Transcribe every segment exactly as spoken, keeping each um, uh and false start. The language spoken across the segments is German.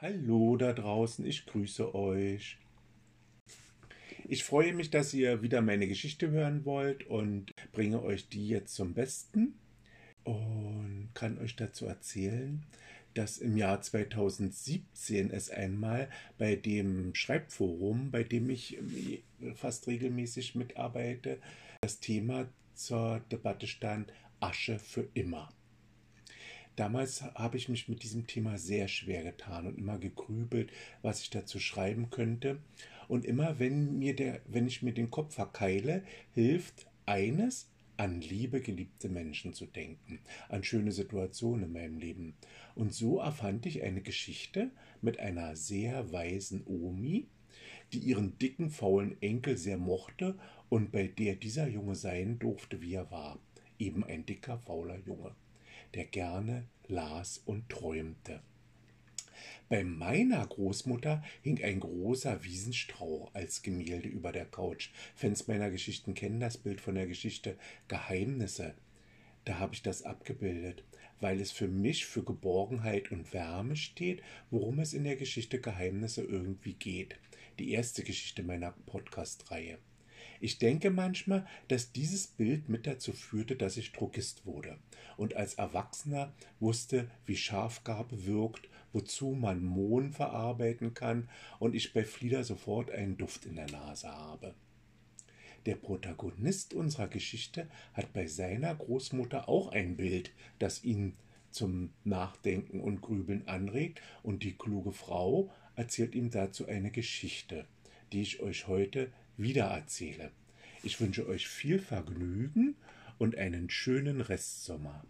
Hallo da draußen, ich grüße euch. Ich freue mich, dass ihr wieder meine Geschichte hören wollt und bringe euch die jetzt zum Besten und kann euch dazu erzählen, dass im Jahr zweitausendsiebzehn es einmal bei dem Schreibforum, bei dem ich fast regelmäßig mitarbeite, das Thema zur Debatte stand: Asche für immer. Damals habe ich mich mit diesem Thema sehr schwer getan und immer gegrübelt, was ich dazu schreiben könnte. Und immer, wenn, mir der, wenn ich mir den Kopf verkeile, hilft eines: an liebe, geliebte Menschen zu denken, an schöne Situationen in meinem Leben. Und so erfand ich eine Geschichte mit einer sehr weisen Omi, die ihren dicken, faulen Enkel sehr mochte und bei der dieser Junge sein durfte, wie er war. Eben ein dicker, fauler Junge, der gerne las und träumte. Bei meiner Großmutter hing ein großer Wiesenstrauch als Gemälde über der Couch. Fans meiner Geschichten kennen das Bild von der Geschichte Geheimnisse. Da habe ich das abgebildet, weil es für mich für Geborgenheit und Wärme steht, worum es in der Geschichte Geheimnisse irgendwie geht. Die erste Geschichte meiner Podcast-Reihe. Ich denke manchmal, dass dieses Bild mit dazu führte, dass ich Drogist wurde und als Erwachsener wusste, wie Schafgarbe wirkt, wozu man Mohn verarbeiten kann und ich bei Flieder sofort einen Duft in der Nase habe. Der Protagonist unserer Geschichte hat bei seiner Großmutter auch ein Bild, das ihn zum Nachdenken und Grübeln anregt, und die kluge Frau erzählt ihm dazu eine Geschichte, die ich euch heute wieder erzähle. Ich wünsche euch viel Vergnügen und einen schönen Restsommer.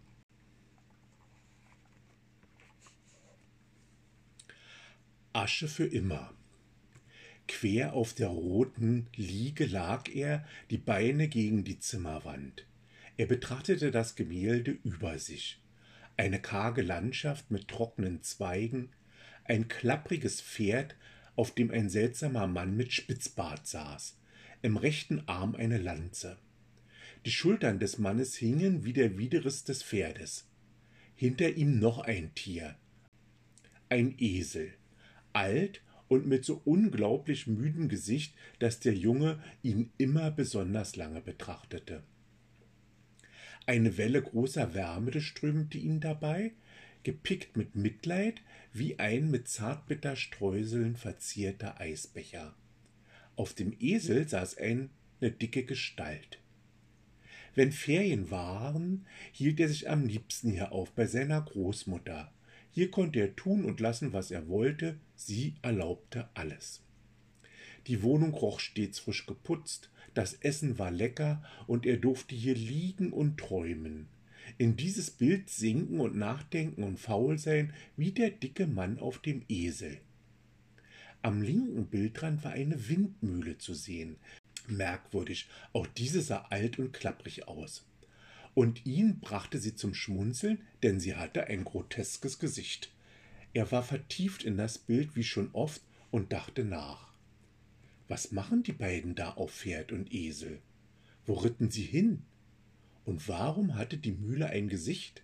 Asche für immer. Quer auf der roten Liege lag er, die Beine gegen die Zimmerwand. Er betrachtete das Gemälde über sich. Eine karge Landschaft mit trockenen Zweigen, ein klappriges Pferd, auf dem ein seltsamer Mann mit Spitzbart saß, im rechten Arm eine Lanze. Die Schultern des Mannes hingen wie der Widerriss des Pferdes. Hinter ihm noch ein Tier, ein Esel, alt und mit so unglaublich müdem Gesicht, dass der Junge ihn immer besonders lange betrachtete. Eine Welle großer Wärme durchströmte ihn dabei, gepickt mit Mitleid, wie ein mit Zartbitterstreuseln verzierter Eisbecher. Auf dem Esel saß eine dicke Gestalt. Wenn Ferien waren, hielt er sich am liebsten hier auf, bei seiner Großmutter. Hier konnte er tun und lassen, was er wollte, sie erlaubte alles. Die Wohnung roch stets frisch geputzt, das Essen war lecker und er durfte hier liegen und träumen. In dieses Bild sinken und nachdenken und faul sein, wie der dicke Mann auf dem Esel. Am linken Bildrand war eine Windmühle zu sehen. Merkwürdig, auch diese sah alt und klapprig aus. Und ihn brachte sie zum Schmunzeln, denn sie hatte ein groteskes Gesicht. Er war vertieft in das Bild wie schon oft und dachte nach. Was machen die beiden da auf Pferd und Esel? Wo ritten sie hin? Und warum hatte die Mühle ein Gesicht?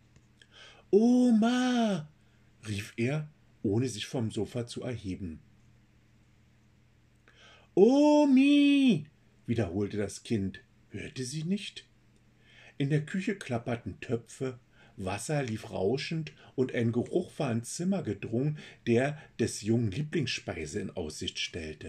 »Oma«, rief er, ohne sich vom Sofa zu erheben. »Omi«, wiederholte das Kind. Hörte sie nicht? In der Küche klapperten Töpfe, Wasser lief rauschend und ein Geruch war ins Zimmer gedrungen, der des Jungen Lieblingsspeise in Aussicht stellte.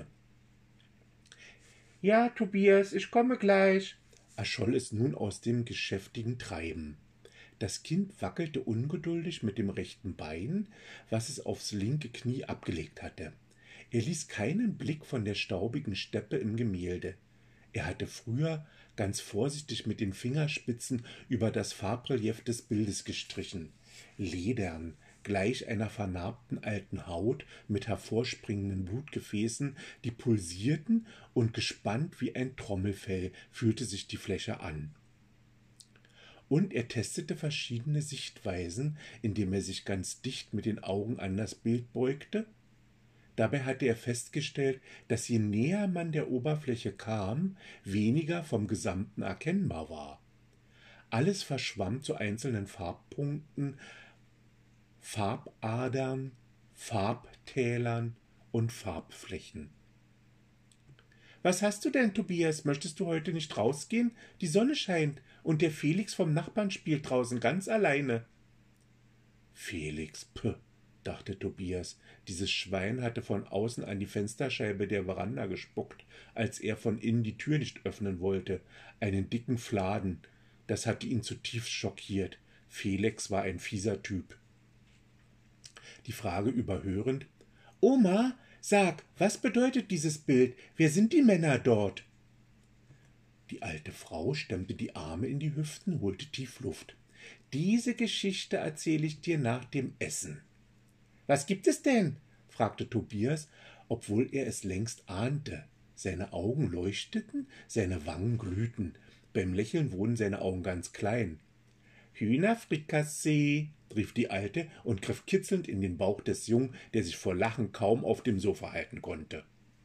»Ja, Tobias, ich komme gleich«, erscholl es nun aus dem geschäftigen Treiben. Das Kind wackelte ungeduldig mit dem rechten Bein, was es aufs linke Knie abgelegt hatte. Er ließ keinen Blick von der staubigen Steppe im Gemälde. Er hatte früher ganz vorsichtig mit den Fingerspitzen über das Farbrelief des Bildes gestrichen. Ledern, gleich einer vernarbten alten Haut mit hervorspringenden Blutgefäßen, die pulsierten, und gespannt wie ein Trommelfell fühlte sich die Fläche an. Und er testete verschiedene Sichtweisen, indem er sich ganz dicht mit den Augen an das Bild beugte. Dabei hatte er festgestellt, dass je näher man der Oberfläche kam, weniger vom Gesamten erkennbar war. Alles verschwamm zu einzelnen Farbpunkten, Farbadern, Farbtälern und Farbflächen. »Was hast du denn, Tobias? Möchtest du heute nicht rausgehen? Die Sonne scheint und der Felix vom Nachbarn spielt draußen ganz alleine.« »Felix, puh«, dachte Tobias, dieses Schwein hatte von außen an die Fensterscheibe der Veranda gespuckt, als er von innen die Tür nicht öffnen wollte, einen dicken Fladen. Das hatte ihn zutiefst schockiert. Felix war ein fieser Typ. Die Frage überhörend: »Oma, sag, was bedeutet dieses Bild? Wer sind die Männer dort?« Die alte Frau stemmte die Arme in die Hüften, holte tief Luft. »Diese Geschichte erzähle ich dir nach dem Essen.« »Was gibt es denn?« fragte Tobias, obwohl er es längst ahnte. Seine Augen leuchteten, seine Wangen glühten. Beim Lächeln wurden seine Augen ganz klein. »Hühnerfrikassee«, rief die Alte und griff kitzelnd in den Bauch des Jungen, der sich vor Lachen kaum auf dem Sofa halten konnte.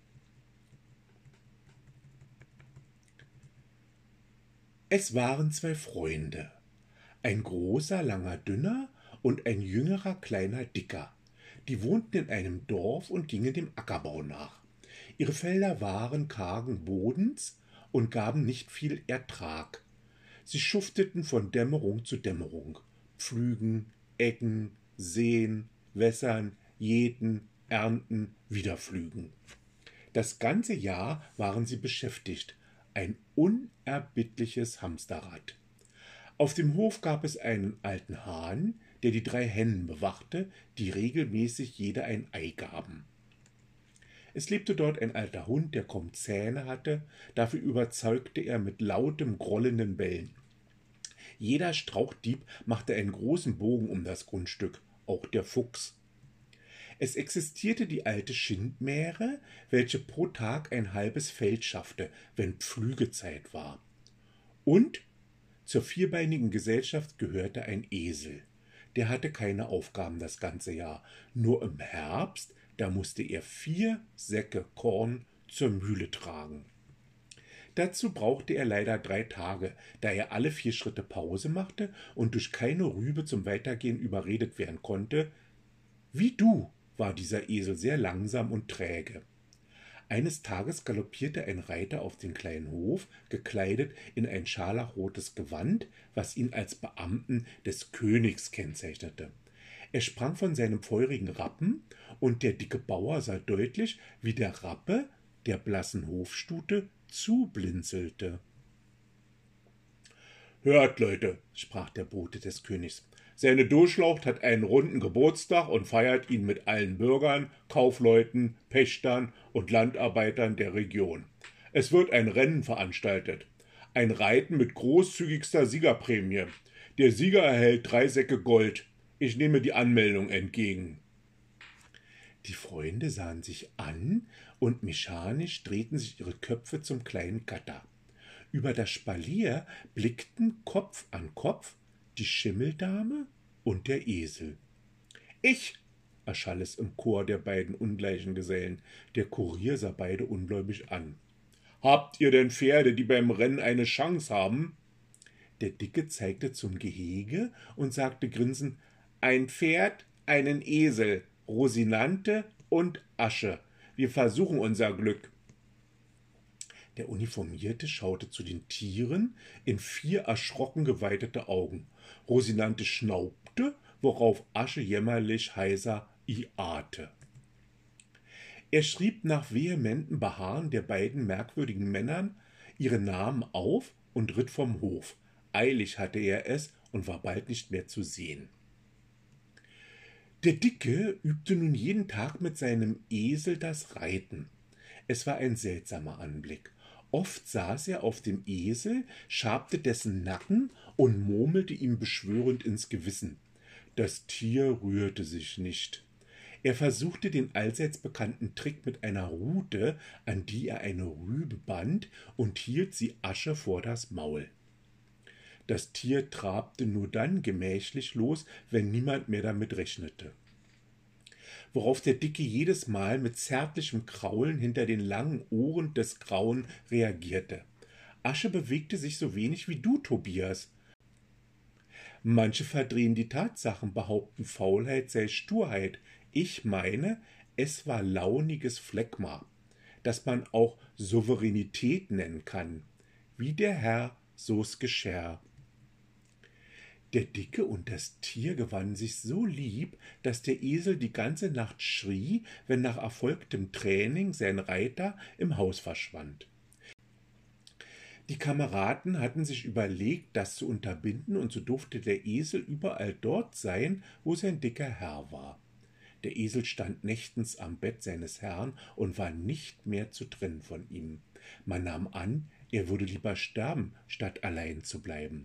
Es waren zwei Freunde, ein großer, langer, dünner und ein jüngerer, kleiner, dicker. Die wohnten in einem Dorf und gingen dem Ackerbau nach. Ihre Felder waren kargen Bodens und gaben nicht viel Ertrag. Sie schufteten von Dämmerung zu Dämmerung, pflügen, äcken, säen, wässern, jäten, ernten, wieder pflügen. Das ganze Jahr waren sie beschäftigt, ein unerbittliches Hamsterrad. Auf dem Hof gab es einen alten Hahn, der die drei Hennen bewachte, die regelmäßig jede ein Ei gaben. Es lebte dort ein alter Hund, der kaum Zähne hatte, dafür überzeugte er mit lautem, grollenden Bellen. Jeder Strauchdieb machte einen großen Bogen um das Grundstück, auch der Fuchs. Es existierte die alte Schindmähre, welche pro Tag ein halbes Feld schaffte, wenn Pflügezeit war. Und zur vierbeinigen Gesellschaft gehörte ein Esel. Der hatte keine Aufgaben das ganze Jahr, nur im Herbst, da musste er vier Säcke Korn zur Mühle tragen. Dazu brauchte er leider drei Tage, da er alle vier Schritte Pause machte und durch keine Rübe zum Weitergehen überredet werden konnte. Wie du war dieser Esel sehr langsam und träge. Eines Tages galoppierte ein Reiter auf den kleinen Hof, gekleidet in ein scharlachrotes Gewand, was ihn als Beamten des Königs kennzeichnete. Er sprang von seinem feurigen Rappen, und der dicke Bauer sah deutlich, wie der Rappe der blassen Hofstute zublinzelte. »Hört, Leute«, sprach der Bote des Königs, »seine Durchlaucht hat einen runden Geburtstag und feiert ihn mit allen Bürgern, Kaufleuten, Pächtern und Landarbeitern der Region. Es wird ein Rennen veranstaltet, ein Reiten mit großzügigster Siegerprämie. Der Sieger erhält drei Säcke Gold. Ich nehme die Anmeldung entgegen.« Die Freunde sahen sich an, und mechanisch drehten sich ihre Köpfe zum kleinen Gatter. Über das Spalier blickten Kopf an Kopf die Schimmeldame und der Esel. »Ich«, erschall es im Chor der beiden ungleichen Gesellen. Der Kurier sah beide ungläubig an. »Habt ihr denn Pferde, die beim Rennen eine Chance haben?« Der Dicke zeigte zum Gehege und sagte grinsend: »Ein Pferd, einen Esel, Rosinante und Asche. Wir versuchen unser Glück.« Der Uniformierte schaute zu den Tieren in vier erschrocken geweitete Augen. Rosinante schnaubte, worauf Asche jämmerlich heiser iate. Er schrieb nach vehementem Beharren der beiden merkwürdigen Männern ihre Namen auf und ritt vom Hof. Eilig hatte er es und war bald nicht mehr zu sehen. Der Dicke übte nun jeden Tag mit seinem Esel das Reiten. Es war ein seltsamer Anblick. Oft saß er auf dem Esel, schabte dessen Nacken und murmelte ihm beschwörend ins Gewissen. Das Tier rührte sich nicht. Er versuchte den allseits bekannten Trick mit einer Rute, an die er eine Rübe band, und hielt sie Asche vor das Maul. Das Tier trabte nur dann gemächlich los, wenn niemand mehr damit rechnete. Worauf der Dicke jedes Mal mit zärtlichem Kraulen hinter den langen Ohren des Grauen reagierte. Asche bewegte sich so wenig wie du, Tobias. Manche verdrehen die Tatsachen, behaupten, Faulheit sei Sturheit. Ich meine, es war launiges Phlegma, das man auch Souveränität nennen kann. Wie der Herr, so's geschah. Der Dicke und das Tier gewannen sich so lieb, dass der Esel die ganze Nacht schrie, wenn nach erfolgtem Training sein Reiter im Haus verschwand. Die Kameraden hatten sich überlegt, das zu unterbinden, und so durfte der Esel überall dort sein, wo sein dicker Herr war. Der Esel stand nächtens am Bett seines Herrn und war nicht mehr zu trennen von ihm. Man nahm an, er würde lieber sterben, statt allein zu bleiben.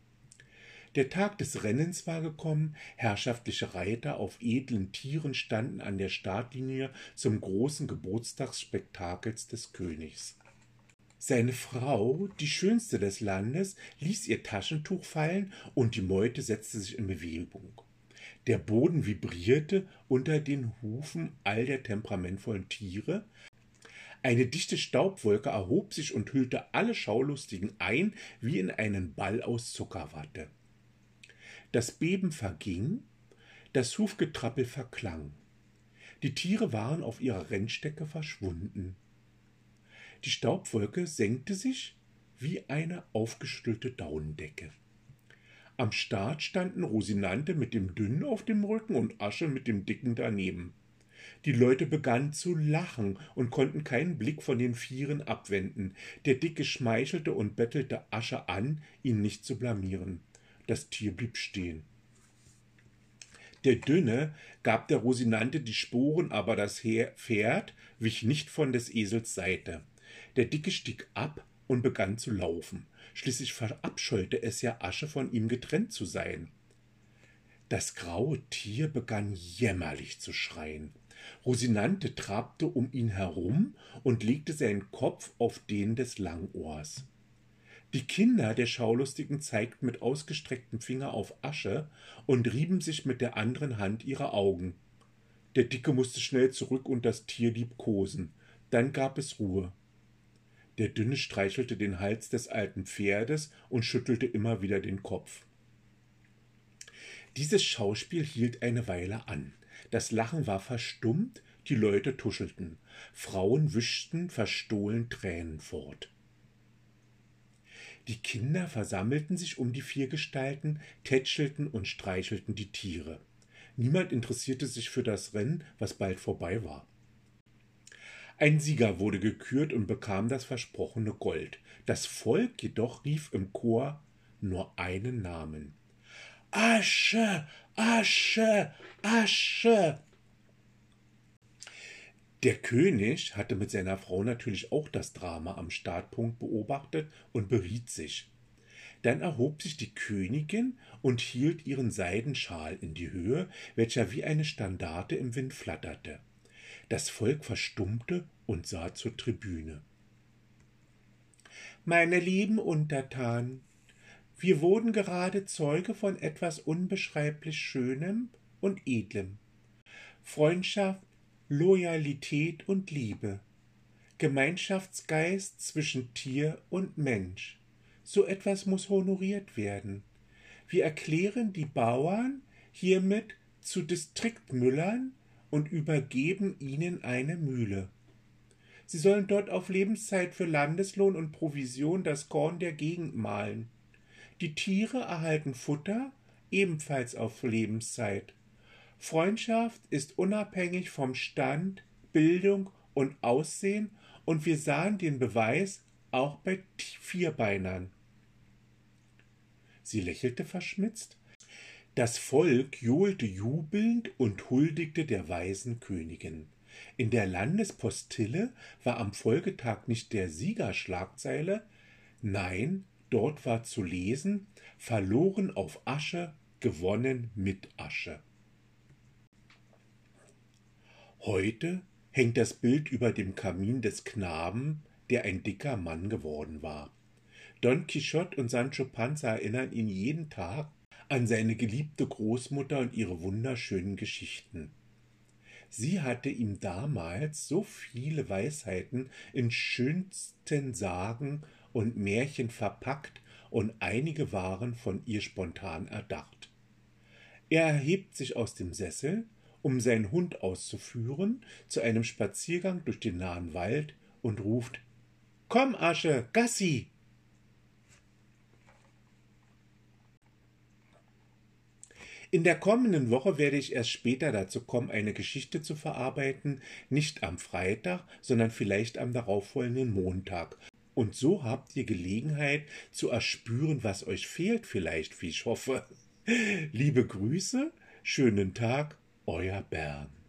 Der Tag des Rennens war gekommen, herrschaftliche Reiter auf edlen Tieren standen an der Startlinie zum großen Geburtstagsspektakels des Königs. Seine Frau, die schönste des Landes, ließ ihr Taschentuch fallen und die Meute setzte sich in Bewegung. Der Boden vibrierte unter den Hufen all der temperamentvollen Tiere. Eine dichte Staubwolke erhob sich und hüllte alle Schaulustigen ein wie in einen Ball aus Zuckerwatte. Das Beben verging, das Hufgetrappel verklang. Die Tiere waren auf ihrer Rennstrecke verschwunden. Die Staubwolke senkte sich wie eine aufgeschüttelte Daunendecke. Am Start standen Rosinante mit dem Dünnen auf dem Rücken und Asche mit dem Dicken daneben. Die Leute begannen zu lachen und konnten keinen Blick von den Vieren abwenden. Der Dicke schmeichelte und bettelte Asche an, ihn nicht zu blamieren. Das Tier blieb stehen. Der Dünne gab der Rosinante die Sporen, aber das Pferd wich nicht von des Esels Seite. Der Dicke stieg ab und begann zu laufen. Schließlich verabscheute es ja Asche, von ihm getrennt zu sein. Das graue Tier begann jämmerlich zu schreien. Rosinante trabte um ihn herum und legte seinen Kopf auf den des Langohrs. Die Kinder der Schaulustigen zeigten mit ausgestrecktem Finger auf Asche und rieben sich mit der anderen Hand ihre Augen. Der Dicke musste schnell zurück und das Tier liebkosen. Dann gab es Ruhe. Der Dünne streichelte den Hals des alten Pferdes und schüttelte immer wieder den Kopf. Dieses Schauspiel hielt eine Weile an. Das Lachen war verstummt, die Leute tuschelten. Frauen wischten verstohlen Tränen fort. Die Kinder versammelten sich um die vier Gestalten, tätschelten und streichelten die Tiere. Niemand interessierte sich für das Rennen, was bald vorbei war. Ein Sieger wurde gekürt und bekam das versprochene Gold. Das Volk jedoch rief im Chor nur einen Namen: Asche, Asche, Asche! Der König hatte mit seiner Frau natürlich auch das Drama am Startpunkt beobachtet und beriet sich. Dann erhob sich die Königin und hielt ihren Seidenschal in die Höhe, welcher wie eine Standarte im Wind flatterte. Das Volk verstummte und sah zur Tribüne. Meine lieben Untertanen, wir wurden gerade Zeuge von etwas unbeschreiblich Schönem und Edlem. Freundschaft, Loyalität und Liebe, Gemeinschaftsgeist zwischen Tier und Mensch. So etwas muss honoriert werden. Wir erklären die Bauern hiermit zu Distriktmüllern und übergeben ihnen eine Mühle. Sie sollen dort auf Lebenszeit für Landeslohn und Provision das Korn der Gegend mahlen. Die Tiere erhalten Futter, ebenfalls auf Lebenszeit. Freundschaft ist unabhängig vom Stand, Bildung und Aussehen, und wir sahen den Beweis auch bei Vierbeinern. Sie lächelte verschmitzt. Das Volk johlte jubelnd und huldigte der weisen Königin. In der Landespostille war am Folgetag nicht der Siegerschlagzeile, nein, dort war zu lesen: verloren auf Asche, gewonnen mit Asche. Heute hängt das Bild über dem Kamin des Knaben, der ein dicker Mann geworden war. Don Quixote und Sancho Panza erinnern ihn jeden Tag an seine geliebte Großmutter und ihre wunderschönen Geschichten. Sie hatte ihm damals so viele Weisheiten in schönsten Sagen und Märchen verpackt, und einige waren von ihr spontan erdacht. Er erhebt sich aus dem Sessel um seinen Hund auszuführen, zu einem Spaziergang durch den nahen Wald und ruft: »Komm, Asche, Gassi!« In der kommenden Woche werde ich erst später dazu kommen, eine Geschichte zu verarbeiten, nicht am Freitag, sondern vielleicht am darauffolgenden Montag. Und so habt ihr Gelegenheit zu erspüren, was euch fehlt vielleicht, wie ich hoffe. Liebe Grüße, schönen Tag, euer Bernd.